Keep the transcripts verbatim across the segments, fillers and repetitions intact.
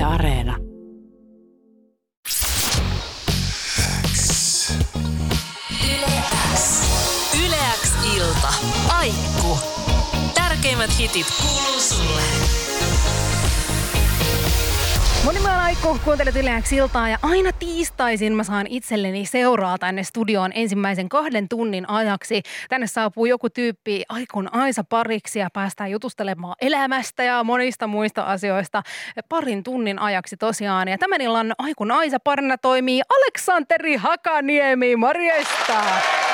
Yle Areena. Yle X ilta. Aikku. Tärkeimmät hitit kuuluu sulle. Moni mä oon Aikku, kuuntelet Yle X iltaa ja aina tiistaisin mä saan itselleni seuraa tänne studioon ensimmäisen kahden tunnin ajaksi. Tänne saapuu joku tyyppi Aikun Aisa pariksi ja päästään jutustelemaan elämästä ja monista muista asioista parin tunnin ajaksi tosiaan. Ja tämän illan Aikun Aisa parina toimii Aleksanteri Hakaniemi. Morjesta!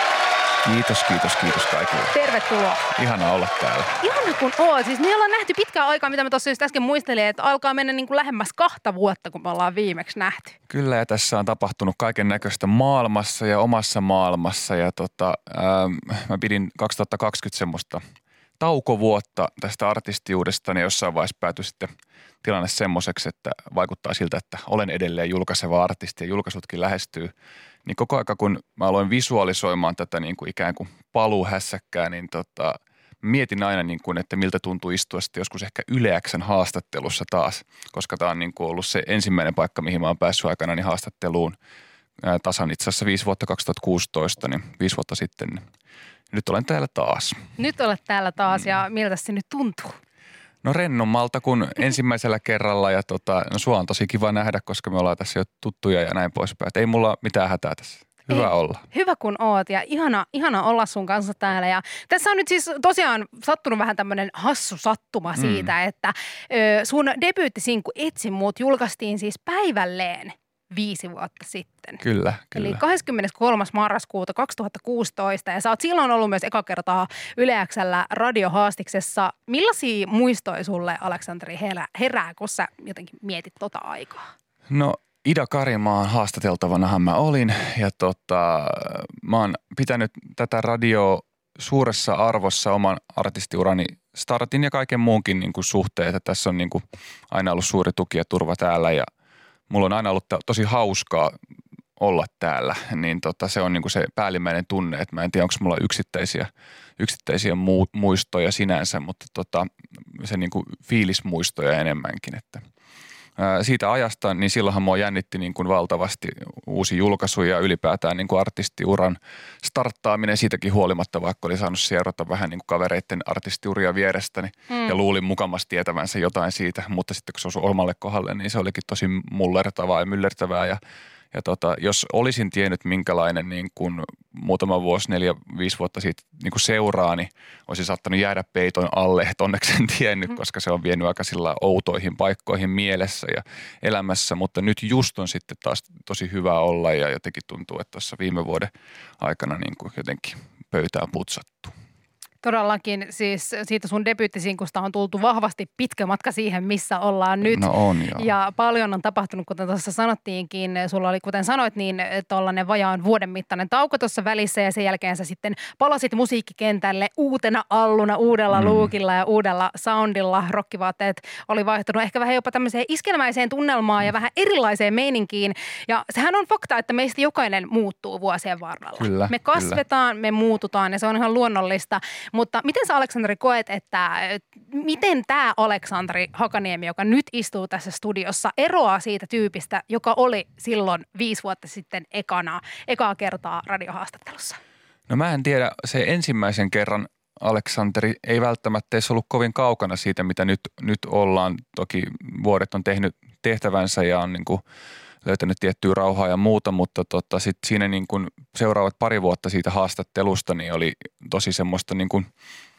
Kiitos, kiitos, kiitos kaikille. Tervetuloa. Ihana olla täällä. Ihana kun oot. Siis me ollaan nähty pitkään aikaa, mitä mä tuossa just äsken muistelin, että alkaa mennä niin kuin lähemmäs kahta vuotta, kun me ollaan viimeksi nähty. Kyllä, ja tässä on tapahtunut kaiken näköistä maailmassa ja omassa maailmassa. Ja tota, ähm, mä pidin kaksituhattakaksikymmentä semmoista taukovuotta tästä artistiudestani, jossain vaiheessa päätyi sitten tilanne semmoiseksi, että vaikuttaa siltä, että olen edelleen julkaiseva artisti ja julkaisutkin lähestyy. Niin koko aika, kun mä aloin visualisoimaan tätä niin kuin ikään kuin paluuhässäkkää, niin tota, mietin aina, niin kuin, että miltä tuntuu istua sitten joskus ehkä Yle X:n haastattelussa taas, koska tämä on niin kuin ollut se ensimmäinen paikka, mihin mä oon päässyt aikana niin haastatteluun ää, tasan itse asiassa viisi vuotta kaksituhattakuusitoista, niin viisi vuotta sitten. Niin nyt olen täällä taas. Nyt olet täällä taas ja miltä se nyt tuntuu? No rennommalta kuin ensimmäisellä kerralla ja tota, no sua on tosi kiva nähdä, koska me ollaan tässä jo tuttuja ja näin poispäin. Et ei mulla mitään hätää tässä. Hyvä ei, olla. Hyvä kun oot ja ihana, ihana olla sun kanssa täällä. Ja tässä on nyt siis tosiaan sattunut vähän tämmöinen hassu sattuma mm. siitä, että ö, sun debyyttisinkku Etsin mut julkaistiin siis päivälleen viisi vuotta sitten. Kyllä, kyllä. Eli kahdeskymmeneskolmas marraskuuta kaksituhattakuusitoista ja sä oot silloin ollut myös eka kertaa Yle X:llä radiohaastiksessa. Millaisia muistoja sulle, Aleksanteri, herää, herää, kun sä jotenkin mietit tota aikaa? No Ida Karimaan haastateltavanahan mä olin ja tota, mä oon pitänyt tätä radioa suuressa arvossa oman artistiurani startin ja kaiken muunkin niin kuin suhteen, että tässä on niin kuin aina ollut suuri tuki ja turva täällä ja mulla on aina ollut tosi hauskaa olla täällä, niin tota, se on niinku se päällimmäinen tunne, että mä en tiedä, onko mulla yksittäisiä, yksittäisiä muu, muistoja sinänsä, mutta tota, se niinku fiilismuistoja enemmänkin, että ää, siitä ajasta, niin silloinhan mua jännitti niin kuin valtavasti uusi julkaisu ja ylipäätään niin kuin artistiuran starttaaminen siitäkin huolimatta, vaikka oli saanut seurata vähän niin kuin kavereiden artistiuria vierestäni mm. ja luulin mukamasti tietävänsä jotain siitä, mutta sitten kun se osui omalle kohdalle, niin se olikin tosi mullertavaa ja myllertävää ja Ja tota, jos olisin tiennyt, minkälainen niin kuin muutama vuosi, neljä, viisi vuotta siitä niin kuin seuraa, niin olisin saattanut jäädä peiton alle. Et onneksi en tiennyt, koska se on vienyt aika sillä outoihin paikkoihin mielessä ja elämässä. Mutta nyt just on sitten taas tosi hyvä olla ja jotenkin tuntuu, että tuossa viime vuoden aikana niin kuin jotenkin pöytä on putsattu. Todellakin siis siitä sun debyyttisinkusta on tultu vahvasti pitkä matka siihen, missä ollaan nyt. No on joo. Ja paljon on tapahtunut, kuten tuossa sanottiinkin. Sulla oli, kuten sanoit, niin tuollainen vajaan vuoden mittainen tauko tuossa välissä ja sen jälkeen sä sitten palasit musiikkikentälle uutena alluna, uudella mm. luukilla ja uudella soundilla. Rokkivaatteet oli vaihtunut ehkä vähän jopa tämmöiseen iskelmäiseen tunnelmaan ja vähän erilaiseen meininkiin. Ja sehän on fakta, että meistä jokainen muuttuu vuosien varrella. Kyllä, me kasvetaan, kyllä. me muututaan ja se on ihan luonnollista. Mutta miten sä, Aleksanteri, koet, että miten tämä Aleksanteri Hakaniemi, joka nyt istuu tässä studiossa, eroaa siitä tyypistä, joka oli silloin viisi vuotta sitten ekana, ekaa kertaa radiohaastattelussa? No mä en tiedä, se ensimmäisen kerran Aleksanteri ei välttämättä edes ollut kovin kaukana siitä, mitä nyt, nyt ollaan. Toki vuodet on tehnyt tehtävänsä ja on niin kuin löytänyt tiettyä rauhaa ja muuta, mutta tota, sit siinä niin kuin seuraavat pari vuotta siitä haastattelusta niin oli tosi semmoista niin kuin,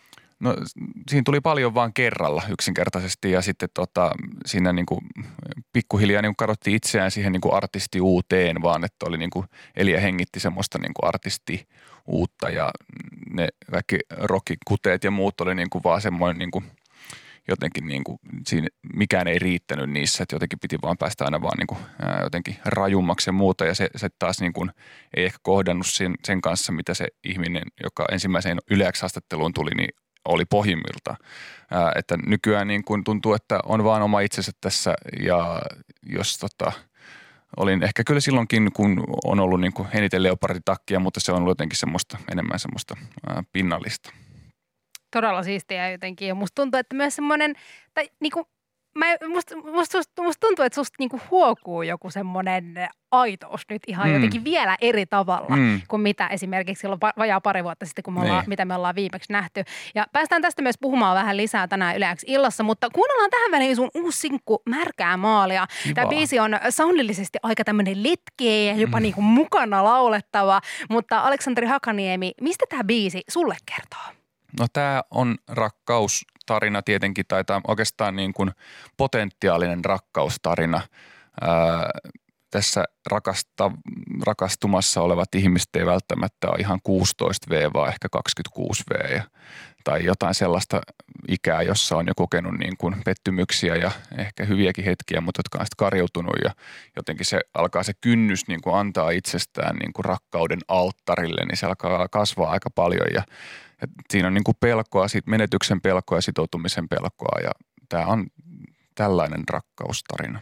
no siinä tuli paljon vaan kerralla yksinkertaisesti ja sitten tota, siinä niin kuin pikkuhiljaa niin kuin kadotti itseään siihen niin kuin artistiuuteen, vaan että oli niin kuin eli ja hengitti semmoista niin kuin artistiuutta ja ne kaikki rockikuteet ja muut oli niin kuin vaan semmoinen niin kuin jotenkin niin kuin, siinä mikään ei riittänyt niissä, että jotenkin piti vaan päästä aina vaan niin kuin, ää, jotenkin rajummaksi ja muuta. Ja se, se taas niin kuin, ei ehkä kohdannut sen, sen kanssa, mitä se ihminen, joka ensimmäiseen Yle X-haastatteluun tuli, niin oli pohjimmiltaan. Ää, että nykyään niin kuin tuntuu, että on vaan oma itsensä tässä ja jos tota, olin ehkä kyllä silloinkin, kun on ollut niin kuin eniten leoparditakkia, mutta se on ollut jotenkin semmoista, enemmän semmoista ää, pinnallista. Todella siistiä jotenkin ja musta tuntuu, että myös semmoinen, tai niinku mä, musta, musta, musta tuntuu, että susta niinku huokuu joku semmoinen aitous nyt ihan mm. jotenkin vielä eri tavalla mm. kuin mitä esimerkiksi silloin vajaa pari vuotta sitten, kun me ollaan, mitä me ollaan viimeksi nähty. Ja päästään tästä myös puhumaan vähän lisää tänään Yle X illassa, mutta kuunnellaan tähän väliin sun uusi sinkku Märkää maalia. Kiva. Tämä biisi on soundillisesti aika tämmöinen litkeä ja jopa mm. niinku mukana laulettava, mutta Aleksanteri Hakaniemi, mistä tämä biisi sulle kertoo? No tämä on rakkaustarina tietenkin, tai tämä on oikeastaan niin kuin potentiaalinen rakkaustarina. Ää, tässä rakasta, rakastumassa olevat ihmiset ei välttämättä ole ihan kuusitoista vuotta, vaan ehkä kaksikymmentäkuusi vuotta ja, tai jotain sellaista ikää, jossa on jo kokenut niin kuin pettymyksiä ja ehkä hyviäkin hetkiä, mutta jotka on sitten kariutunut ja jotenkin se alkaa se kynnys niin kuin antaa itsestään niin kuin rakkauden alttarille, niin se alkaa kasvaa aika paljon ja, ja siinä on niin kuin pelkoa, siitä menetyksen pelkoa ja sitoutumisen pelkoa ja tämä on tällainen rakkaustarina.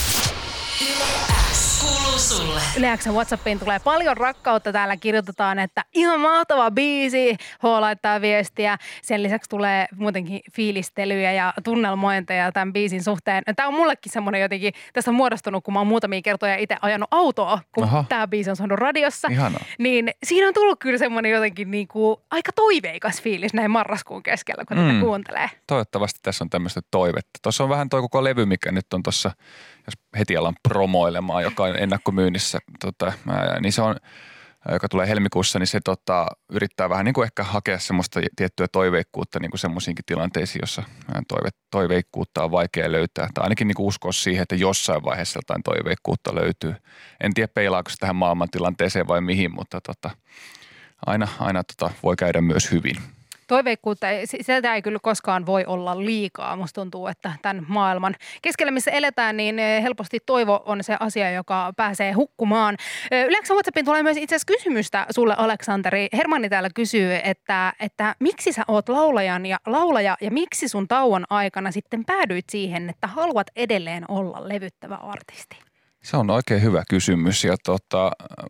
Yle X:n WhatsAppiin tulee paljon rakkautta. Täällä kirjoitetaan, että ihan mahtava biisi. H laittaa viestiä. Sen lisäksi tulee muutenkin fiilistelyjä ja tunnelmointeja tämän biisin suhteen. Tämä on mullekin semmoinen jotenkin, tässä on muodostunut, kun mä oon muutamia kertoja itse ajanut autoa, kun Aha. tämä biisi on saanut radiossa. Ihanaa. Niin siinä on tullut kyllä semmoinen jotenkin niin kuin aika toiveikas fiilis näin marraskuun keskellä, kun mm. tätä kuuntelee. Toivottavasti tässä on tämmöistä toivetta. Tuossa on vähän toi koko levy, mikä nyt on tuossa, jos heti alan promoilemaan, joka on ennakkomyynnissä, tota, niin se on, joka tulee helmikuussa, niin se tota, yrittää vähän niin kuin ehkä hakea semmoista tiettyä toiveikkuutta niin kuin semmoisiinkin tilanteisiin, jossa toive, toiveikkuutta on vaikea löytää. Tai ainakin niin kuin uskoa siihen, että jossain vaiheessa jotain toiveikkuutta löytyy. En tiedä peilaako se tähän maailmantilanteeseen vai mihin, mutta tota, aina, aina tota, voi käydä myös hyvin. Toiveikkuutta, sieltä ei kyllä koskaan voi olla liikaa. Musta tuntuu, että tämän maailman keskellä, missä eletään, niin helposti toivo on se asia, joka pääsee hukkumaan. Yle X:n WhatsAppiin tulee myös itse asiassa kysymystä sulle, Aleksanteri. Hermanni täällä kysyy, että, että miksi sä oot laulajan ja laulaja ja miksi sun tauon aikana sitten päädyit siihen, että haluat edelleen olla levyttävä artisti? Se on oikein hyvä kysymys ja tota,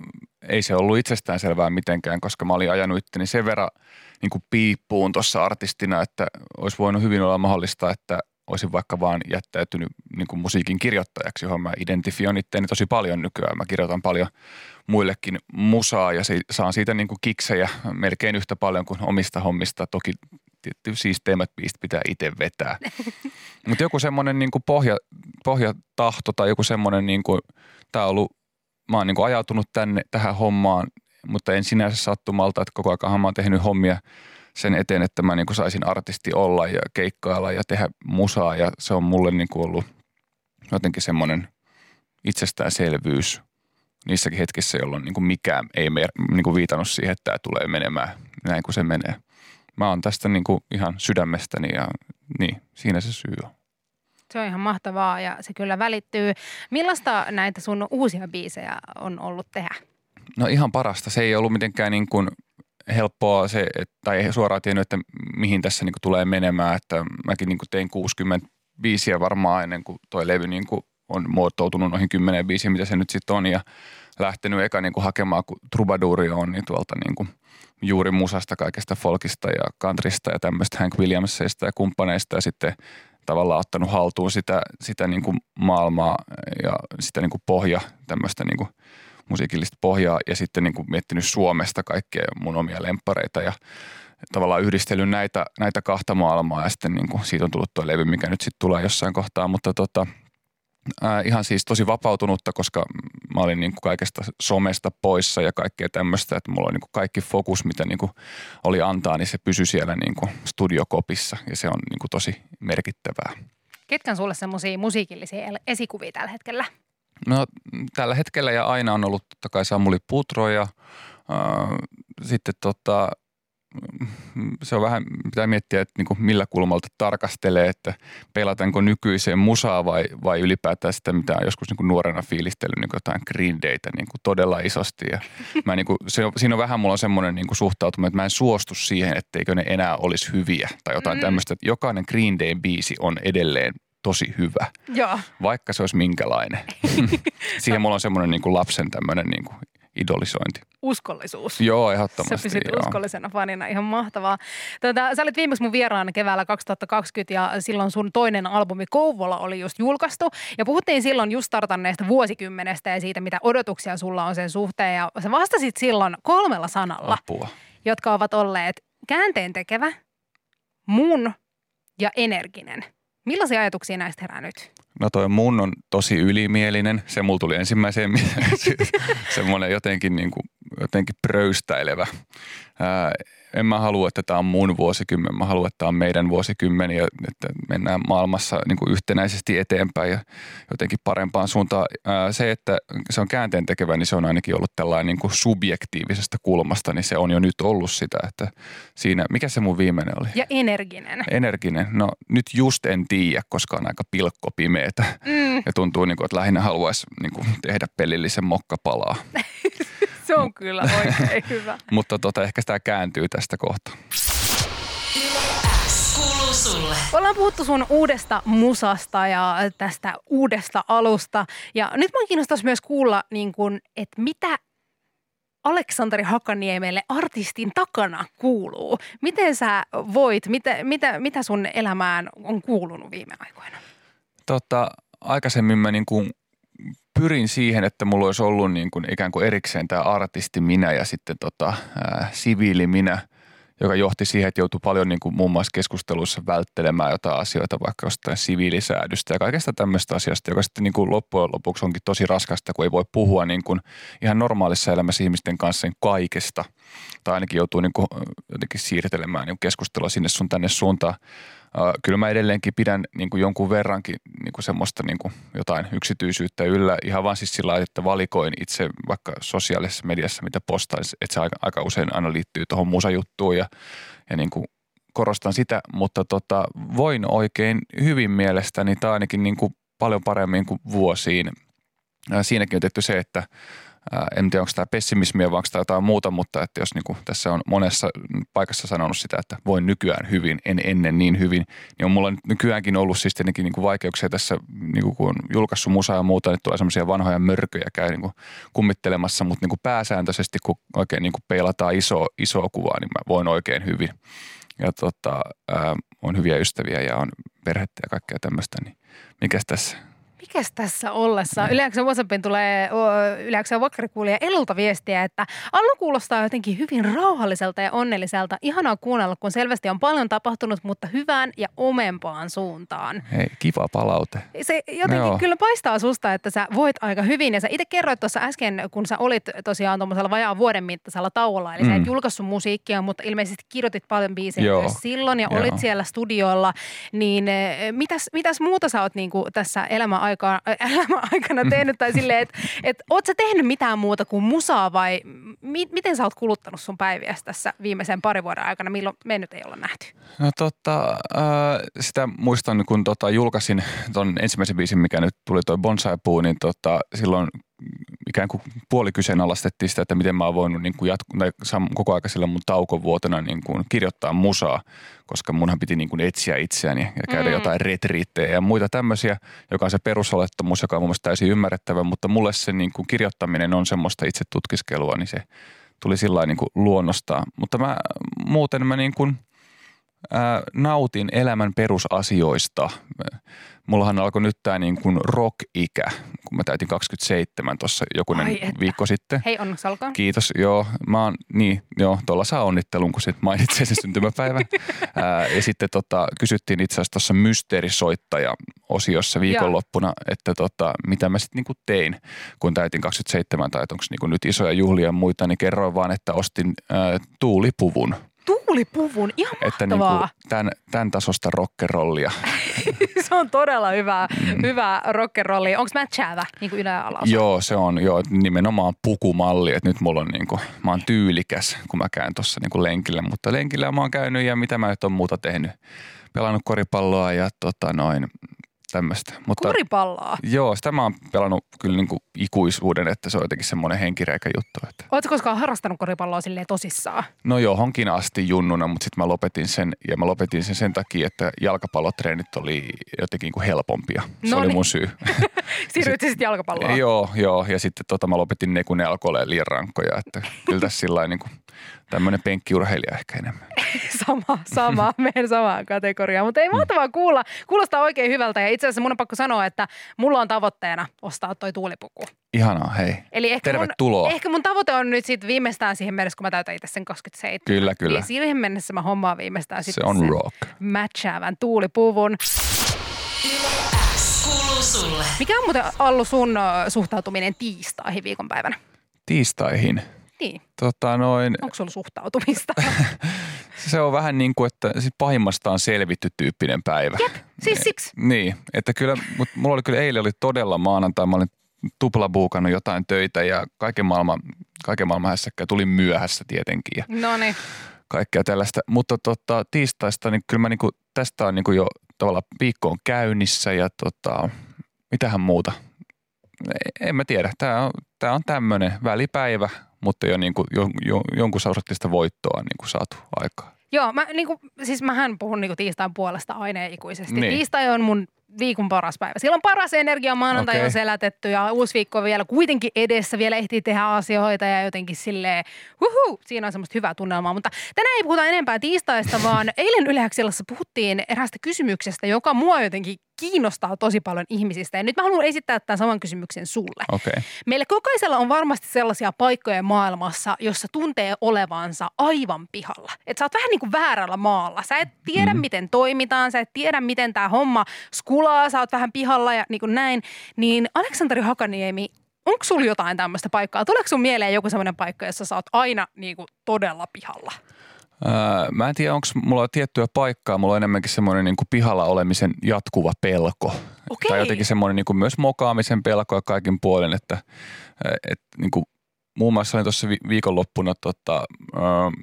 ei se ollut itsestäänselvää mitenkään, koska mä olin ajanut itteni sen verran niin kuin piippuun tuossa artistina, että olisi voinut hyvin olla mahdollista, että olisin vaikka vaan jättäytynyt niin kuin musiikin kirjoittajaksi, johon mä identifioin itseäni tosi paljon nykyään. Mä kirjoitan paljon muillekin musaa ja saan siitä niin kuin kiksejä melkein yhtä paljon kuin omista hommista. Toki tietysti siisteimmät biisit pitää itse vetää. Mutta joku semmoinen niin kuin pohja, pohjatahto tai joku semmoinen, niin kuin, tää on ollut, mä oon niin kuin ajautunut tänne tähän hommaan, mutta en sinänsä sattumalta, että koko ajan mä oon tehnyt hommia sen eteen, että mä niin kuin saisin artisti olla ja keikkailla ja tehdä musaa ja se on mulle niin kuin ollut jotenkin semmoinen itsestäänselvyys niissäkin hetkissä, jolloin niin kuin mikään ei mer- niin kuin viitannut siihen, että tämä tulee menemään näin kuin se menee. Mä oon tästä niin kuin ihan sydämestäni ja niin, siinä se syy on. Se on ihan mahtavaa ja se kyllä välittyy. Millaista näitä sun uusia biisejä on ollut tehdä? No ihan parasta. Se ei ollut mitenkään niin kuin helppoa se, että, tai suoraan tiennyt, että mihin tässä niin kuin tulee menemään. Että mäkin niin kuin tein kuusikymmentä biisiä varmaan ennen kuin toi levy niin kuin on muotoutunut noihin kymmenen biisiä, mitä se nyt sitten on. Ja lähtenyt eka niin kuin hakemaan, kun Troubadouri on, niin tuolta niin kuin juuri musasta, kaikesta folkista ja countrysta ja tämmöistä Hank Williamsista ja kumppaneista ja sitten tavallaan ottanut haltuun sitä, sitä niin kuin maailmaa ja sitä niin kuin pohja, tämmöistä niin kuin musiikillista pohjaa ja sitten niin kuin miettinyt Suomesta kaikkea mun omia lemppareita ja tavallaan yhdistellyt näitä, näitä kahta maailmaa ja sitten niin kuin siitä on tullut tuo levy, mikä nyt sitten tulee jossain kohtaa, mutta tota, ää, ihan siis tosi vapautunutta, koska mä olin niin kuin kaikesta somesta poissa ja kaikkea tämmöistä, että mulla oli niin kuin kaikki fokus, mitä niin kuin oli antaa, niin se pysyi siellä niin kuin studiokopissa ja se on niin kuin tosi merkittävää. Ketkä on sulle semmoisia musiikillisia esikuvia tällä hetkellä? No tällä hetkellä ja aina on ollut totta kai Samuli Putro ja äh, sitten tota, se on vähän, pitää miettiä, että niin kuin millä kulmalta tarkastelee, että pelataanko nykyiseen musaa vai, vai ylipäätään sitä, mitä on joskus niin kuin nuorena fiilistellyt, niin kuin jotain Green Daytä niin kuin todella isosti. Ja mä niin kuin, se on, siinä on vähän mulla on semmoinen niin kuin suhtautuminen, että mä en suostu siihen, etteikö ne enää olisi hyviä tai jotain mm. tämmöistä, että jokainen Green Day biisi on edelleen tosi hyvä, Joo. vaikka se olisi minkälainen. Siihen mulla on semmoinen niin kuin lapsen tämmöinen niin kuin idolisointi. Uskollisuus. Joo, ehdottomasti. Sä pysyt joo. uskollisena fanina, ihan mahtavaa. Tuota, sä olit viimeksi mun vieraana keväällä kaksituhattakaksikymmentä ja silloin sun toinen albumi Kouvola oli just julkaistu. Ja puhuttiin silloin just startanneesta vuosikymmenestä ja siitä, mitä odotuksia sulla on sen suhteen. Ja sä vastasit silloin kolmella sanalla, Apua. jotka ovat olleet käänteentekevä, mun ja energinen. Millaisia ajatuksia näistä herää nyt? No toi mun on tosi ylimielinen. Se mulla tuli ensimmäiseen mieleen. Semmoinen jotenkin, niin kuin, jotenkin pröystäilevä. Ää, en mä halua, että tämä on mun vuosikymmen. Mä haluan, että tämä on meidän vuosikymmeni ja että mennään maailmassa niin kuin yhtenäisesti eteenpäin ja jotenkin parempaan suuntaan. Ää, se, että se on käänteentekevä, niin se on ainakin ollut tällainen niin kuin subjektiivisesta kulmasta, niin se on jo nyt ollut sitä, että siinä, mikä se mun viimeinen oli? Ja energinen. Energinen. No nyt just en tiedä, koska on aika pilkkopimeetä mm. ja tuntuu, niin kuin, että lähinnä haluaisi niin kuin, tehdä pelillisen mokkapalaa. Se on kyllä oikein hyvä. Mutta tota, ehkä sitä kääntyy tästä kohtaa. Kuuluu sulle. Ollaan puhuttu sun uudesta musasta ja tästä uudesta alusta. Ja nyt mä kiinnostaisi myös kuulla, niin kun, että mitä Aleksanteri Hakaniemelle artistin takana kuuluu. Miten sä voit, mitä, mitä, mitä sun elämään on kuulunut viime aikoina? Tota, aikaisemmin mä niin kuin pyrin siihen, että mulla olisi ollut niin kuin ikään kuin erikseen tämä artisti minä ja sitten tota, ää, siviili minä, joka johti siihen, että joutui paljon niin kuin muun muassa keskusteluissa välttelemään jotain asioita, vaikka jostain siviilisäädystä ja kaikesta tämmöistä asiasta, joka sitten niin kuin loppujen lopuksi onkin tosi raskasta, kun ei voi puhua niin kuin ihan normaalissa elämässä ihmisten kanssa kaikesta. Tai ainakin joutuu niin kuin jotenkin siirtelemään niin kuin keskustelua sinne sun tänne suuntaan. Kyllä mä edelleenkin pidän niin kuin jonkun verrankin niin kuin semmoista niin kuin jotain yksityisyyttä yllä ihan vaan siis sillä lailla, että valikoin itse vaikka sosiaalisessa mediassa, mitä postaan, että se aika, aika usein aina liittyy tuohon musajuttuun ja, ja niin kuin korostan sitä, mutta tota, voin oikein hyvin mielestäni tai ainakin niin kuin paljon paremmin kuin vuosiin. Siinäkin on tehty se, että en tiedä, onko tämä pessimismiä vai onko tämä jotain muuta, mutta että jos niin kuin tässä on monessa paikassa sanonut sitä, että voin nykyään hyvin, en ennen niin hyvin, niin on mulla nyt nykyäänkin ollut siis tietenkin niin kuin vaikeuksia tässä, niin kuin kun on julkaissut musaa ja muuta, niin tulee semmoisia vanhoja mörköjä käy niin kuin kummittelemassa, mutta niin kuin pääsääntöisesti, kun oikein niin kuin peilataan iso, isoa kuvaa, niin mä voin oikein hyvin. Ja tota, ää, on hyviä ystäviä ja on perhettä ja kaikkea tämmöistä, niin mikäs tässä? Mikäs tässä ollessa? Yleensä WhatsAppin tulee yleensä vakkarikuulija Elulta viestiä, että alun kuulostaa jotenkin hyvin rauhalliselta ja onnelliselta. Ihanaa kuunnella, kun selvästi on paljon tapahtunut, mutta hyvään ja omempaan suuntaan. Hei, kiva palaute. Se jotenkin Joo. kyllä paistaa susta, että sä voit aika hyvin. Ja sä itse kerroit tuossa äsken, kun sä olit tosiaan tuommoisella vajaan vuoden mittaisella tauolla. Eli mm. sä et julkaissut musiikkia, mutta ilmeisesti kirjoitit paljon biisejä Joo. myös silloin ja Joo. olit siellä studiolla. Niin mitäs, mitäs muuta sä oot niinku tässä elämän Aika, elämän aikana tehnyt tai silleen, että et, oot sä tehnyt mitään muuta kuin musaa vai mi, miten sä oot kuluttanut sun päiviä tässä viimeisen parin vuoden aikana, milloin me nyt ei olla nähty? No tota, äh, sitä muistan, kun tota, julkaisin ton ensimmäisen biisin, mikä nyt tuli toi Bonsai-puu, niin tota, silloin ikään kuin puoli kyseenalaistettiin sitä, että miten mä oon voinut niin kuin jatku, tai koko ajan sillä mun taukovuotena niin kuin kirjoittaa musaa, koska munhan piti niin kuin etsiä itseäni ja käydä mm. jotain retriittejä ja muita tämmöisiä, joka on se perusolettamus, joka on mun mielestä täysin ymmärrettävä, mutta mulle se niin kuin kirjoittaminen on semmoista itse tutkiskelua, niin se tuli sillä lailla niin kuin luonnostaan. Mutta mä muuten mä niin kuin ää, nautin elämän perusasioista. Mullahan alkoi nyt tää niin kuin rock-ikä, kun mä täytin kaksikymmentäseitsemän tuossa jokunen viikko sitten. Hei, onneksi olkoon. Kiitos, joo. Mä oon, niin, joo, tuolla saa onnittelun, kun sit mainitsee sen syntymäpäivän. Ää, ja sitten tota, kysyttiin itse asiassa tuossa mysteerisoittaja-osiossa viikonloppuna, että tota, mitä mä sitten niinku tein, kun täytin kaksikymmentäseitsemän, tai onko niinku nyt isoja juhlia ja muita, niin kerroin vaan, että ostin ää, tuulipuvun. Tuulipuvun, ihan mahtavaa. Että niinku tämän, tämän tasosta rockerollia. Se on todella hyvä, mm. hyvä rockerolli. Onko matchäävä niin kuin ylä- ja alaosa? Joo, se on joo, nimenomaan pukumalli. Että nyt mulla on niinku, mä oon tyylikäs, kun mä käyn tuossa niinku lenkillä. Mutta lenkillä mä oon käynyt ja mitä mä nyt oon muuta tehnyt. Pelannut koripalloa ja tota noin tämmöistä. Mutta, koripalloa? Joo, sitä mä oon pelannut kyllä niinku ikuisuuden, että se on jotenkin semmoinen henkireikä juttu. Että. Oletko koskaan harrastanut koripalloa silleen tosissaan? No johonkin asti junnuna, mutta sitten mä lopetin sen ja mä lopetin sen sen takia, että jalkapallotreenit oli jotenkin kuin helpompia. Se no oli niin. mun syy. Siirryt sit, sitten jalkapalloa? Joo, joo. Ja sitten tota, mä lopetin ne, kun ne alkoi olemaan liian rankkoja. Että kyllä tässä sillä niin tämmöinen penkkiurheilija ehkä enemmän. sama, sama. Menen samaan kategoriaan. Mutta ei mahtavaa kuulla. Kuulostaa oikein hyvältä. Ja itse asiassa mun on pakko sanoa, että mulla on tavoitteena ostaa toi tuulipuku. Ihanaa, hei. Eli ehkä tervetuloa. Mun, ehkä mun tavoite on nyt sitten viimeistään siihen mennessä, kun mä täytän itse sen kaksikymmentäseitsemän. Kyllä, kyllä. Niin siihen mennessä mä hommaan viimeistään sitten se on sen rock. matchaavan tuulipuvun. Kuuluu sulle. Mikä on muuten, Allu, sun suhtautuminen tiistaihin viikonpäivänä? Tiistaihin? Niin. Tota noin. Onko sulla suhtautumista? Se on vähän niin kuin, että sit pahimmasta on selvitty tyyppinen päivä. Jep, siis siksi. Niin, että kyllä, mutta mulla oli kyllä eilen oli todella maanantai, mä olin tuplabuukannut jotain töitä ja kaiken maailman, kaiken maailman hässäkkä tuli myöhässä tietenkin ja Noniin. kaikkea tällaista. Mutta tota, tiistaista, niin kyllä mä niinku, tästä on niinku jo tavallaan viikko on käynnissä ja tota, mitähän muuta. En mä tiedä, tää on, tää on tämmönen välipäivä, mutta jo, niinku, jo, jo jonkun sorttista voittoa on niinku saatu aikaa. Joo, mä, niinku, siis mähän puhun niinku tiistain puolesta aina ikuisesti. Niin. Tiistai on mun viikon paras päivä. Siellä on paras energia, maanantai Okei. on selätetty ja uusi viikko on vielä kuitenkin edessä. Vielä ehtii tehdä asioita ja jotenkin silleen, huhu, siinä on semmoista hyvää tunnelmaa. Mutta tänään ei puhuta enempää tiistaista, vaan eilen Yle X:ssä puhuttiin eräästä kysymyksestä, joka mua jotenkin kiinnostaa tosi paljon ihmisistä. Ja nyt mä haluan esittää tämän saman kysymyksen sulle. Okei. Meillä jokaisella on varmasti sellaisia paikkoja maailmassa, jossa tuntee olevansa aivan pihalla. Että sä oot vähän niin kuin väärällä maalla. Sä et tiedä, mm. miten toimitaan, sä et tiedä, miten tämä homma skulaa, sä oot vähän pihalla ja niin kuin näin. Niin Aleksanteri Hakaniemi, onko sulla jotain tämmöistä paikkaa? Tuleeko sun mieleen joku semmoinen paikka, jossa sä oot aina niin kuin todella pihalla? Öö, mä en tiedä, onko mulla tiettyä paikkaa. Mulla on enemmänkin semmoinen niin kuin pihalla olemisen jatkuva pelko. Okei. Tai jotenkin semmoinen niin kuin myös mokaamisen pelko ja kaikin puolin, että et, niin kuin, muun muassa olin tuossa vi- viikonloppuna tota, öö,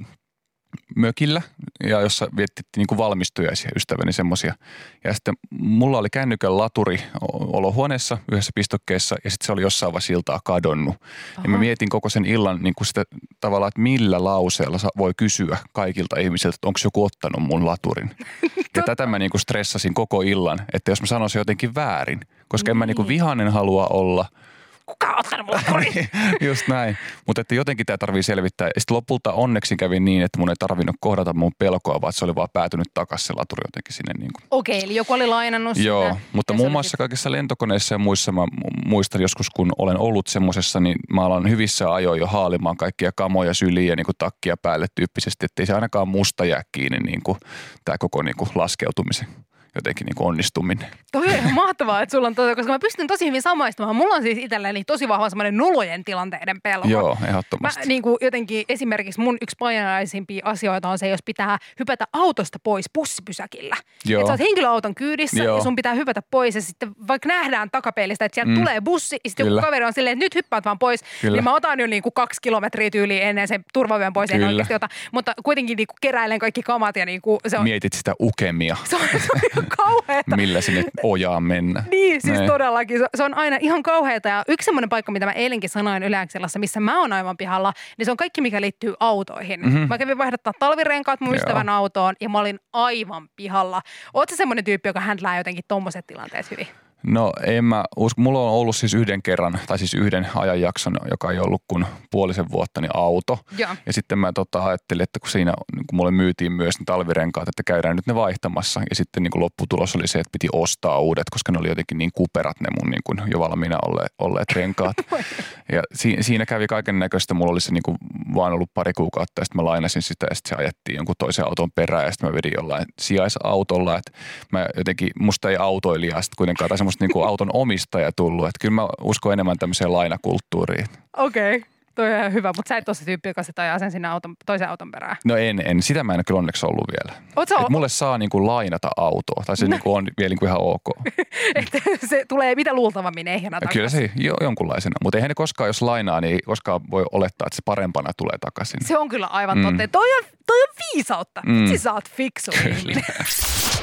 mökillä ja jossa viettettiin niin kuin valmistujaisia ystäväni semmoisia. Ja sitten mulla oli kännykän laturi olohuoneessa yhdessä pistokkeessa ja sitten se oli jossain vaiheessa iltaa kadonnut. Aha. Ja mä mietin koko sen illan niin kuin sitä tavallaan, että millä lauseella voi kysyä kaikilta ihmisiltä, että onko joku ottanut mun laturin. Ja tätä mä niin kuin stressasin koko illan, että jos mä sanoisin jotenkin väärin, koska niin. en mä niin kuin vihainen halua olla. Kuka on ottanut mun laturin? Just näin. Mutta että jotenkin tämä tarvii selvittää. Ja sitten lopulta onneksi kävi niin, että mun ei tarvinnut kohdata mun pelkoa, vaan se oli vaan päätynyt takaisin se laturi jotenkin sinne. Niin kuin. Okei, eli joku oli lainannut sitä. Joo, mutta muun muassa kaikissa lentokoneissa ja muissa mä muistan joskus, kun olen ollut semmosessa, niin mä alan hyvissä ajoin jo haalimaan kaikkia kamoja syliin ja niin kuin takkia päälle tyyppisesti, ettei se ainakaan musta jää kiinni niin kuin tämä koko niin kuin laskeutumisen jotenkin niin kuin onnistuminen. Toi on ihan mahtavaa, että sulla on tosi, koska mä pystyn tosi hyvin samaistumaan. Mulla on siis itselleni tosi vahva semmoinen nolojen tilanteiden pelko. Joo, ehdottomasti. Mä niin kuin jotenkin esimerkiksi mun yksi painajaisimpia asioita on se, jos pitää hypätä autosta pois bussipysäkillä. Joo. Että sä oot henkilöauton kyydissä Joo. ja sun pitää hypätä pois ja sitten vaikka nähdään takapeilistä, että sieltä mm. tulee bussi ja sitten joku kaveri on silleen, että nyt hyppäät vaan pois. Kyllä. Niin mä otan jo niin kuin kaksi kilometriä tyyliin ennen sen turvavyön pois, en oikeasti ota. Mutta kuitenkin niin kuin keräilen kaikki kamat ja niin kuin se on... Mietit sitä ukemia. Se on, se on ihan kauheeta. Millä sinne ojaan mennä. Niin, siis Näin. todellakin. Se, se on aina ihan kauheata. Ja yksi semmoinen paikka, mitä mä eilenkin sanoin Yle X:ssä, missä mä oon aivan pihalla, niin se on kaikki, mikä liittyy autoihin. Mm-hmm. Mä kävin vaihdattaa talvirenkaat mun ystävän autoon ja mä olin aivan pihalla. Oot sä semmoinen tyyppi, joka händlää jotenkin tommoset tilanteet hyvin? No en mä usko. Mulla on ollut siis yhden kerran, tai siis yhden ajanjakson, joka ei ollut kuin puolisen vuotta, niin auto. Ja, ja sitten mä tota ajattelin, että kun siinä niin kun mulle myytiin myös ne talvirenkaat, että käydään nyt ne vaihtamassa. Ja sitten niin kun lopputulos oli se, että piti ostaa uudet, koska ne oli jotenkin niin kuperat ne mun niin kun jo valmiina olleet, olleet renkaat. Ja si, siinä kävi kaiken näköistä. Mulla oli se niin kun vaan ollut pari kuukautta ja sitten mä lainasin sitä ja sitten se ajettiin jonkun toisen auton perään ja sitten mä vedin jollain sijaisautolla. Että mä jotenkin, musta ei autoilijaa sitten kuitenkaan tai semmoista niin kuin auton omistaja tullut. Että kyllä mä uskon enemmän tämmöiseen lainakulttuuriin. Okei. Okay. Toi on ihan hyvä, mutta sä et ole se tyyppi, joka se ajaa sen sinne auton, toisen auton perään. No en, en. Sitä mä en kyllä onneksi ollut vielä. Oot mulle saa niin kuin lainata autoa, tai se no. niin kuin on vielä niin kuin ihan ok. Että se tulee mitä luultavammin ehjänä takaisin. Kyllä se jo, jonkunlaisena, mutta eihän ne koskaan, jos lainaa, niin koskaan voi olettaa, että se parempana tulee takaisin. Se on kyllä aivan mm. totta. Toi on, toi on viisautta. Mm. Vitsi sä oot fiksu ihminen.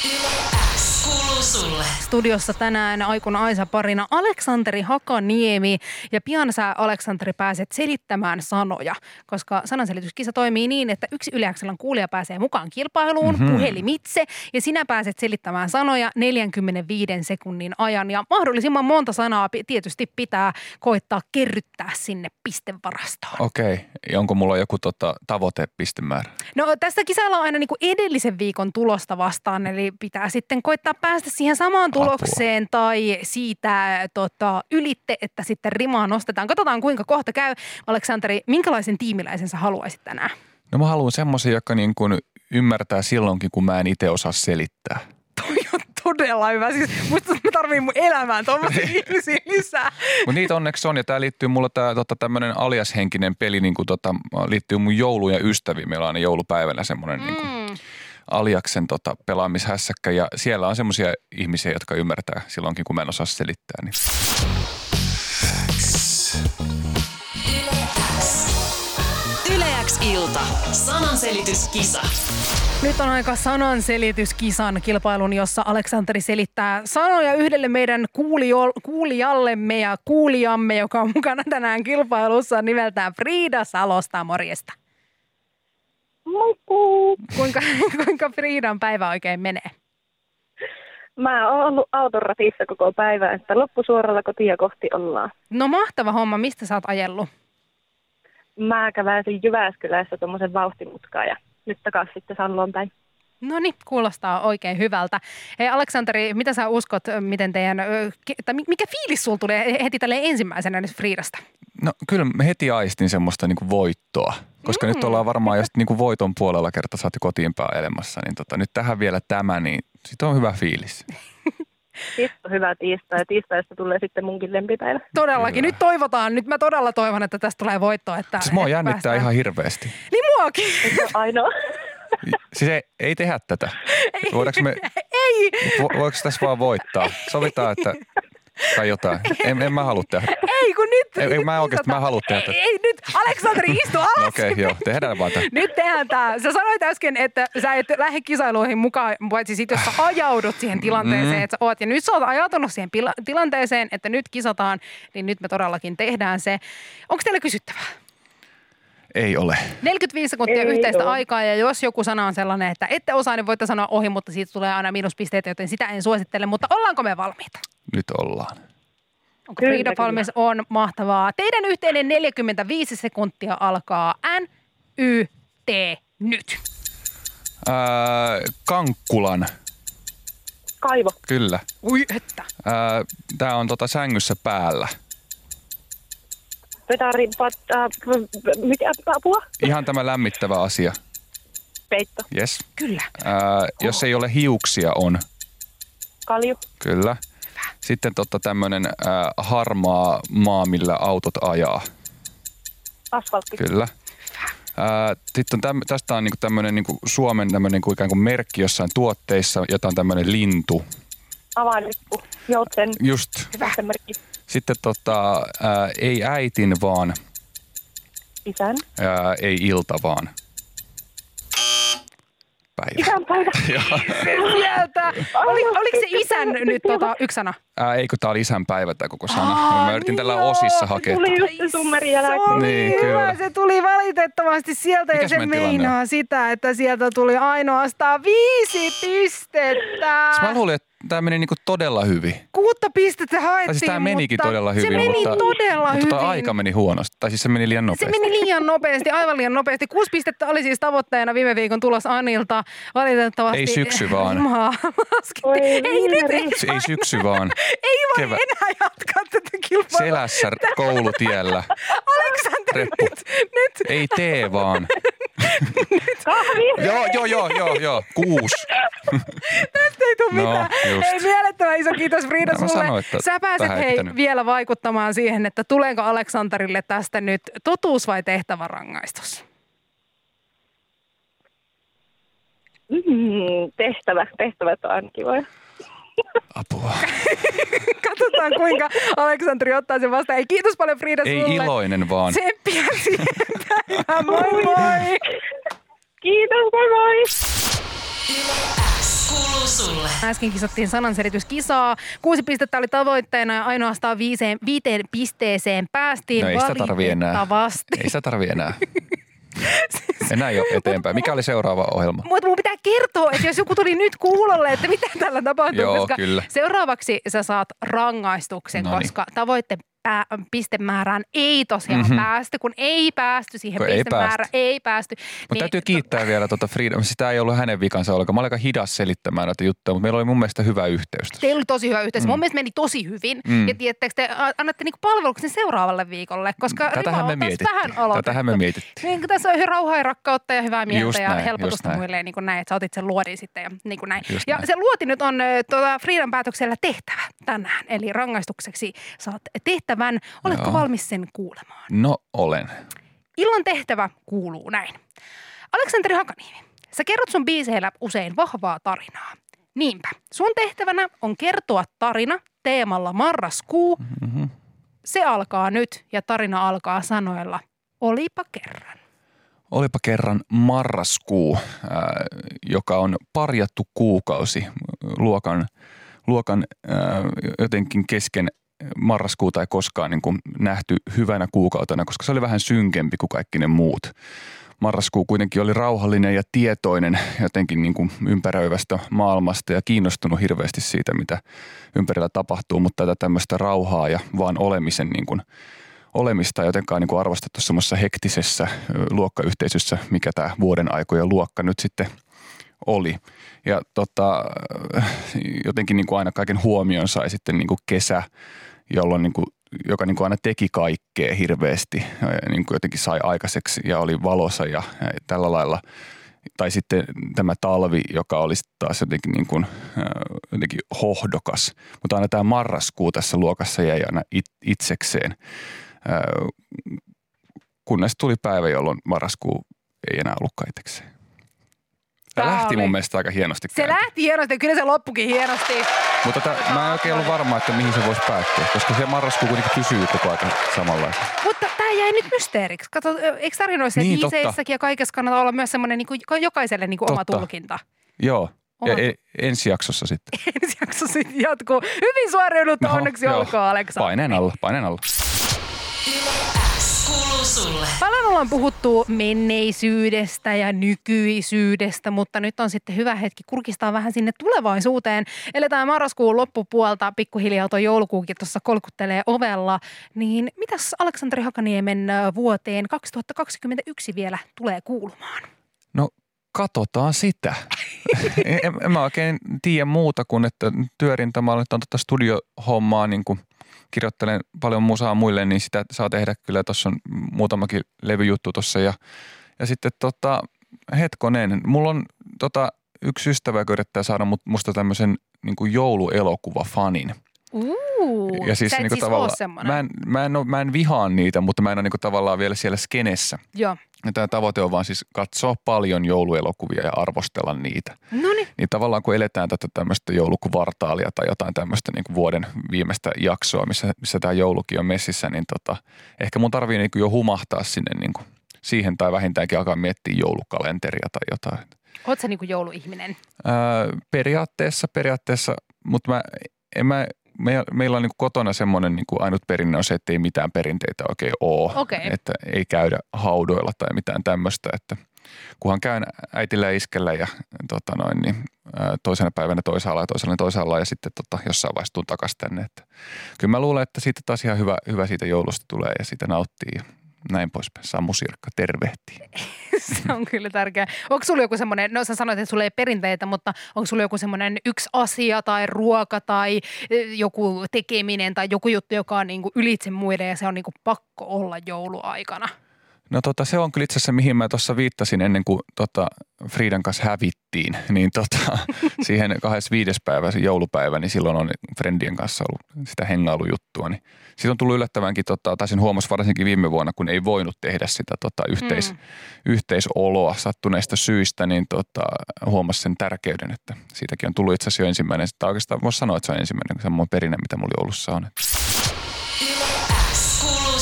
Kuuluu sulle. Studiossa tänään Aikun Aisa parina Aleksanteri Hakaniemi. Ja pian sä, Aleksanteri, pääset selittämään sanoja, koska sananselityskisa toimii niin, että yksi Yle X:n kuulija pääsee mukaan kilpailuun mm-hmm. puhelimitse. Ja sinä pääset selittämään sanoja neljänkymmenenviiden sekunnin ajan. Ja mahdollisimman monta sanaa tietysti pitää koittaa kerryttää sinne pistevarastoon. Okei. Okay. Onko mulla joku tota, tavoitepistemäärä? No tästä kisalla on aina niin kuin edellisen viikon tulosta vastaan, eli pitää sitten koittaa päästä siihen samaan tulokseen Apua. tai siitä tota, ylitte, että sitten rimaa nostetaan. Katsotaan kuinka kohta käy. Aleksanteri, minkälaisen tiimiläisen sä haluaisit tänään? No mä haluan semmoisen, joka niin kuin ymmärtää silloinkin, kun mä en itse osaa selittää. Toi on todella hyvä. Siis musta mä tarviin mun elämään tuollaisia ihmisiä lisää. Mutta niitä onneksi on, ja tää liittyy mulla tää tota, tämmönen aliashenkinen peli, niin kuin, tota, liittyy mun jouluun ja ystäviin. Meillä on aina joulupäivänä semmoinen mm. niin kuin aliaksen tota, pelaamishässäkkä, ja siellä on semmoisia ihmisiä, jotka ymmärtää silloinkin, kun mä en osaa selittää. Niin. Yle X ilta. Sananselityskisa. Nyt on aika sananselityskisan kilpailun, jossa Aleksanteri selittää sanoja yhdelle meidän kuulio- kuulijallemme ja kuulijamme, joka on mukana tänään kilpailussa nimeltään Frida Salosta. Morjesta. Moikku! Kuinka, kuinka Friidan päivä oikein menee? Mä oon ollut auton ratissa koko päivä, että loppusuoralla kotia kohti ollaan. No mahtava homma. Mistä sä oot ajellut? Mä käväsin Jyväskylässä tuommoisen vauhtimutkaan ja nyt takas sitten Salloon päin. No niin, kuulostaa oikein hyvältä. Hei Aleksanteri, mitä sä uskot, miten teidän, tai mikä fiilis sulla tulee heti tälleen ensimmäisenä nyt Friidasta? No kyllä mä heti aistin semmoista niin kuin voittoa, koska mm. nyt ollaan varmaan just niin kuin voiton puolella kerta saatte kotiin pääilemassa, niin tota, nyt tähän vielä tämä, niin sit on hyvä fiilis. Sitten on hyvä tiistai ja tiistaista tulee sitten munkin lempipäivä. Todellakin, kyllä. Nyt toivotaan, nyt mä todella toivon, että tästä tulee voittoa. Että siis mua jännittää päästään ihan hirveästi. Niin muakin. Ainoa. Siis ei, ei tehdä tätä. Ei. Voidaanko me, ei. Vo, voiko tässä vaan voittaa? Sovitaan, että tai jotain. En, en mä halua tehdä. Ei, kun nyt. Ei, nyt mä oikeasti mä halua tehdä. Ei, ei nyt. Aleksanteri, istu alas. No okei, okay, joo. Tehdään vaan tämä. Nyt tehdään tämä. Sä sanoit äsken, että sä et lähde kisailuihin mukaan, paitsi sit, jos sä ajaudut siihen tilanteeseen, mm. että sä oot. Ja nyt sä oot ajautunut siihen pila- tilanteeseen, että nyt kisataan, niin nyt me todellakin tehdään se. Onko teillä kysyttävää? Ei ole. neljäkymmentäviisi sekuntia Ei yhteistä ole. aikaa, ja jos joku sana on sellainen, että ette osaa, niin voitte sanoa ohi, mutta siitä tulee aina miinuspisteitä, joten sitä en suosittele. Mutta ollaanko me valmiita? Nyt ollaan. Onko Kyllä, Frida valmis? On mahtavaa. Teidän yhteinen neljäkymmentäviisi sekuntia alkaa N, Y, T, nyt. Ää, Kankkulan. Kaivo. Kyllä. Ui, että. Ää, tää on tota sängyssä päällä. Petari, patta, mikä apua? Ihan tämä lämmittävä asia. Peitto. Yes. Kyllä. Ää, jos ei ole hiuksia, on. Kalju. Kyllä. Sitten totta tämmönen ää, harmaa maa, millä autot ajaa. Asfaltti. Kyllä. Ää, sitten on täm, tästä on niinku tämmönen niinku Suomen tämmönen niinku ikään kuin merkki jossain tuotteissa, jota on tämmönen lintu. Avainlippu. Joutsen. Just. Merkki. Sitten tota, ää, ei äitin vaan, Isän. ää, ei ilta vaan. Päivä. Isän päivä. Sieltä. Oli, oliko se isän nyt tota, yksi sana? Ää, eikö tää oli isän päivä tää koko sana? Aa, mä yritin niin tällä joo. osissa hakea. Tuli just se summeri jälkeen. Se oli Niin, hyvä. kyllä. Se tuli valitettavasti sieltä. Mikäs Ja se meidän tilanne meinaa on? sitä, että sieltä tuli ainoastaan viisi pistettä. Siis mä luulin, että tää meni niinku todella hyvin. Kuutta pistettä haettiin, Tai siis tää menikin mutta todella hyvin, se meni mutta, todella mutta hyvin. toi aika meni huonosti. Tai siis se meni liian Se nopeasti. meni liian nopeasti, aivan liian nopeasti. Kuusi pistettä oli siis tavoitteena viime viikon tulos Anilta. Valitettavasti. Ei syksy vaan. Maa Oi, ei nyt, ei, Se ei syksy vaan. ei voi Kevät. enää jatkaa tätä kilpailua. Selässä koulutiellä. Aleksanteri, Reppu. nyt, nyt. Ei tee vaan. Kahvi. Joo, joo, joo, joo, joo. Kuusi. Tästä ei tule No, mitään. just. Ei, mielettömän iso kiitos Frida No, mä sulle. sanoin, että Sä pääset vähän ei hei pitänyt. vielä vaikuttamaan siihen, että tuleeko Aleksanterille tästä nyt totuus vai tehtävä rangaistus? Mm, tehtävä. Tehtävät on aina kivoja. Apua. Katsotaan, kuinka Aleksanteri ottaa sen vastaan. Ei, kiitos paljon Frida Ei sulle. iloinen vaan. Tsemppiä siihen päivään. Moi moi! Kiitos, moi moi! Yle X. X kuuluu sulle. Äsken kisattiin sananselityskisaa. Kuusi pistettä oli tavoitteena ja ainoastaan viiseen, viiteen pisteeseen päästiin. No ei sitä tarvii enää. Ei sitä tarvii enää. Mennään jo eteenpäin. Mikä oli seuraava ohjelma? Mutta mun pitää kertoa, että jos joku tuli nyt kuulolle, että mitä tällä tapahtuu. Joo, koska kyllä. Seuraavaksi sä saat rangaistuksen, Noniin. koska tavoitteen pää, pistemäärään ei tosiaan Mhm. päästy, kun ei päästy siihen Kun ei pistemäärään, päästy. ei päästy. Mutta täytyy kiittää vielä tuota Frida. Sitä ei ollut hänen vikansa ollenkaan. Mä olin aika hidas selittämään näitä juttuja, mutta meillä oli mun mielestä hyvä yhteys. Teillä oli tosi hyvä yhteys. Mm. Mun mielestä meni tosi hyvin. Mm. Ja tiedättekö, te annatte niinku palveluksen seuraavalle viikolle, koska Tätähän me Rima on taas mietittiin. vähän aloitettu. Tätähän me mietittiin. Niin, kun tässä on rauhaa ja rakkautta ja hyvää mieltä Just ja näin, just helpotusta näin. muille, niin kuin näin, että sä otit sen luodin sitten ja niin kuin näin. Just ja näin. se luoti nyt on ö, tuota Friidan päätöksellä tehtävä tänään, eli rangaistukseksi saat tehtävän. Oletko Joo. valmis sen kuulemaan? No olen. Illan tehtävä kuuluu näin. Aleksanteri Hakaniemi, sä kerrot sun biiseillä usein vahvaa tarinaa. Niinpä, sun tehtävänä on kertoa tarina teemalla marraskuu. Mm-hmm. Se alkaa nyt ja tarina alkaa sanoilla olipa kerran. Olipa kerran marraskuu, ää, joka on parjattu kuukausi luokan, luokan ää, jotenkin kesken. Marraskuuta ei koskaan niin kuin nähty hyvänä kuukautena, koska se oli vähän synkempi kuin kaikki ne muut. Marraskuu kuitenkin oli rauhallinen ja tietoinen jotenkin niin kuin ympäröivästä maailmasta ja kiinnostunut hirveästi siitä, mitä ympärillä tapahtuu, mutta tätä tämmöistä rauhaa ja vaan olemisen niin kuin, olemista ei jotenkaan niin kuin arvostettu semmoisessa hektisessä luokkayhteisössä, mikä tämä vuoden aikojen luokka nyt sitten oli. Ja tota, jotenkin niin kuin aina kaiken huomion sai sitten niin kuin kesä, jolloin niin kuin, joka niin kuin aina teki kaikkea hirveästi, niin kuin jotenkin sai aikaiseksi ja oli valossa ja tällä lailla. Tai sitten tämä talvi, joka oli taas jotenkin, niin kuin, jotenkin hohdokas. Mutta aina tämä marraskuu tässä luokassa jäi aina itsekseen, kunnes tuli päivä, jolloin marraskuu ei enää ollutkaan itsekseen. Tämä Tää lähti oli- mun mielestä aika hienosti Se käyntiin. lähti hienosti, kyllä se loppukin hienosti. Mutta tää, mä en oikein ollut varma, että mihin se voisi päättyä, koska se marraskuu kuitenkin pysyy koko ajan samanlaisena. Mutta tämä jäi nyt mysteeriksi. Kato, eikö tarinoissa Niin, niin, totta. biiseissäkin ja kaikessa kannata olla myös semmoinen niin kuin, jokaiselle niin kuin oma Totta. tulkinta. Joo, ja Oma- e- ensi jaksossa sitten. Ensi jakso sitten jatkuu. Hyvin suoriuduttu, No, onneksi joo. olkoon, Aleksanteri. Paineen alla, paineen alla. X kuuluu sulle. Paljon ollaan puhuttu menneisyydestä ja nykyisyydestä, mutta nyt on sitten hyvä hetki kurkistaa vähän sinne tulevaisuuteen. Eletään marraskuun loppupuolta, pikkuhiljaa tuo joulukuukin tuossa kolkuttelee ovella. Niin mitäs Aleksanteri Hakaniemen vuoteen kaksituhattakaksikymmentäyksi vielä tulee kuulumaan? No katsotaan sitä. en, en mä oikein tiedä muuta kuin, että työrintamalla nyt on tota studiohommaa, niin kuin kirjoittelen paljon musaa muille, niin sitä saa tehdä kyllä. Tuossa on muutamakin levyjuttu tuossa ja, ja sitten tota, hetkonen, mulla on tota, yksi ystävä, joka yrittää saada mut- musta tämmöisen niin kuin jouluelokuva-fanin. Uuu, Ja siis, sä et niin kuin siis tavallaan, oo semmoinen. mä en, mä, en ole, mä en vihaa niitä, mutta mä en ole niin kuin tavallaan vielä siellä skenessä. Joo. Ja tämä tavoite on vaan siis katsoa paljon jouluelokuvia ja arvostella niitä. Noniin. Niin tavallaan kun eletään tätä tämmöistä joulukvartaalia tai jotain tämmöistä niin kuin vuoden viimeistä jaksoa, missä, missä tämä joulukin on messissä, niin tota, ehkä mun tarvii niin kuin jo humahtaa sinne niin kuin siihen tai vähintäänkin alkaa miettiä joulukalenteria tai jotain. Oot sä niinku jouluihminen? Ää, periaatteessa, periaatteessa, mutta mä, en mä, me, meillä on niin kuin kotona semmoinen niin kuin ainut perinne on se, että ei mitään perinteitä oikein ole. Okei. Että ei käydä haudoilla tai mitään tämmöistä, että kunhan käyn äitillä ja iskellä ja tota noin, niin, ää, toisena päivänä toisaalla ja toisella toisaalla ja sitten tota, jossain vaiheessa tuun takaisin tänne. Että, kyllä mä luulen, että siitä taas ihan hyvä, hyvä siitä joulusta tulee ja siitä nauttii ja näin poispäin. Sammu Sirkka tervehtii. Se on kyllä tärkeää. Onko sulla joku semmoinen, no sä sanoit, että sulla ei perinteitä, mutta onko sulla joku semmoinen yksi asia tai ruoka tai eh, joku tekeminen tai joku juttu, joka on niinku ylitse muiden ja se on niinku pakko olla jouluaikana? No tota, se on kyllä itse asiassa, mihin mä tuossa viittasin ennen kuin tota, Friidan kanssa hävittiin, niin tota, siihen kahdeskymmenesviides päivä, se joulupäivä, niin silloin on Friendien kanssa ollut sitä hengailujuttua, niin siitä on tullut yllättävänkin, tota, tai sen huomasi varsinkin viime vuonna, kun ei voinut tehdä sitä tota, yhteis, mm. yhteisoloa sattuneista syistä, niin tota, huomasi sen tärkeyden, että siitäkin on tullut itse asiassa jo ensimmäinen, tai oikeastaan voisi sanoa, että se on ensimmäinen semmoinen perinne, mitä mulla joulussa on. X kuuluu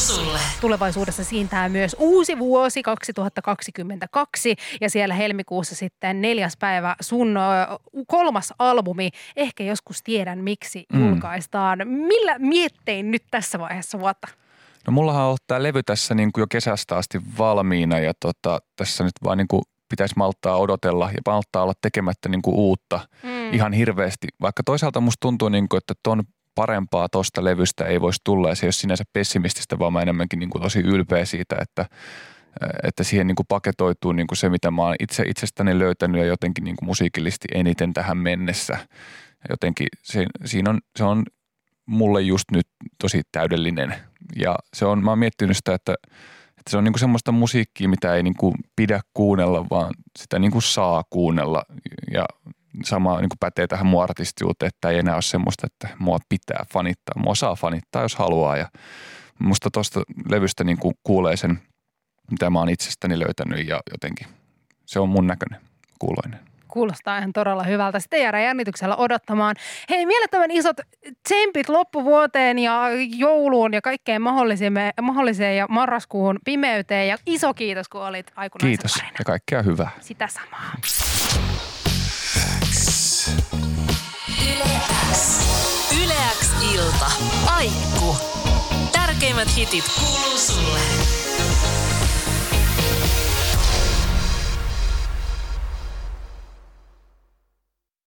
sulle. Tulevaisuudessa siintää myös uusi vuosi kaksituhattakaksikymmentäkaksi ja siellä helmikuussa sitten neljäs päivä sun ö, kolmas albumi, Ehkä joskus tiedän miksi, Mm. julkaistaan. Millä miettein nyt tässä vaiheessa vuotta? No mullahan on ollut tämä levy tässä niin kuin jo kesästä asti valmiina ja tota, tässä nyt vaan niin kuin pitäisi malttaa odotella ja malttaa olla tekemättä niin kuin uutta Mm. ihan hirveästi. Vaikka toisaalta musta tuntuu, niin kuin, että ton parempaa tosta levystä ei voisi tulla ja se ei ole sinänsä pessimististä, vaan mä enemmänkin niin kuin tosi ylpeä siitä, että, että siihen niin kuin paketoituu niin kuin se, mitä mä oon itse itsestäni löytänyt ja jotenkin niin kuin musiikillisesti eniten tähän mennessä. Jotenkin se, siinä on, se on mulle just nyt tosi täydellinen ja se on, mä oon miettinyt sitä, että, että se on niinku semmoista musiikkia, mitä ei niinku pidä kuunnella, vaan sitä niinku saa kuunnella ja sama niinku pätee tähän mun artistiuteen, että ei enää ole semmoista, että mua pitää fanittaa, mua saa fanittaa, jos haluaa ja musta tosta levystä niinku kuulee sen, mitä mä oon itsestäni löytänyt ja jotenkin se on mun näköinen, kuuloinen. Kuulostaa ihan todella hyvältä. Sitten jäädään jännityksellä odottamaan. Hei, mielettömän isot tsempit loppuvuoteen ja jouluun ja kaikkeen mahdolliseen, mahdolliseen ja marraskuun pimeyteen. Ja iso kiitos, kun olit aikuinen. Kiitos ja kaikkea hyvää. Sitä samaa. Yle X. Yle X ilta. Aikku. Tärkeimmät hitit kuuluu sulle.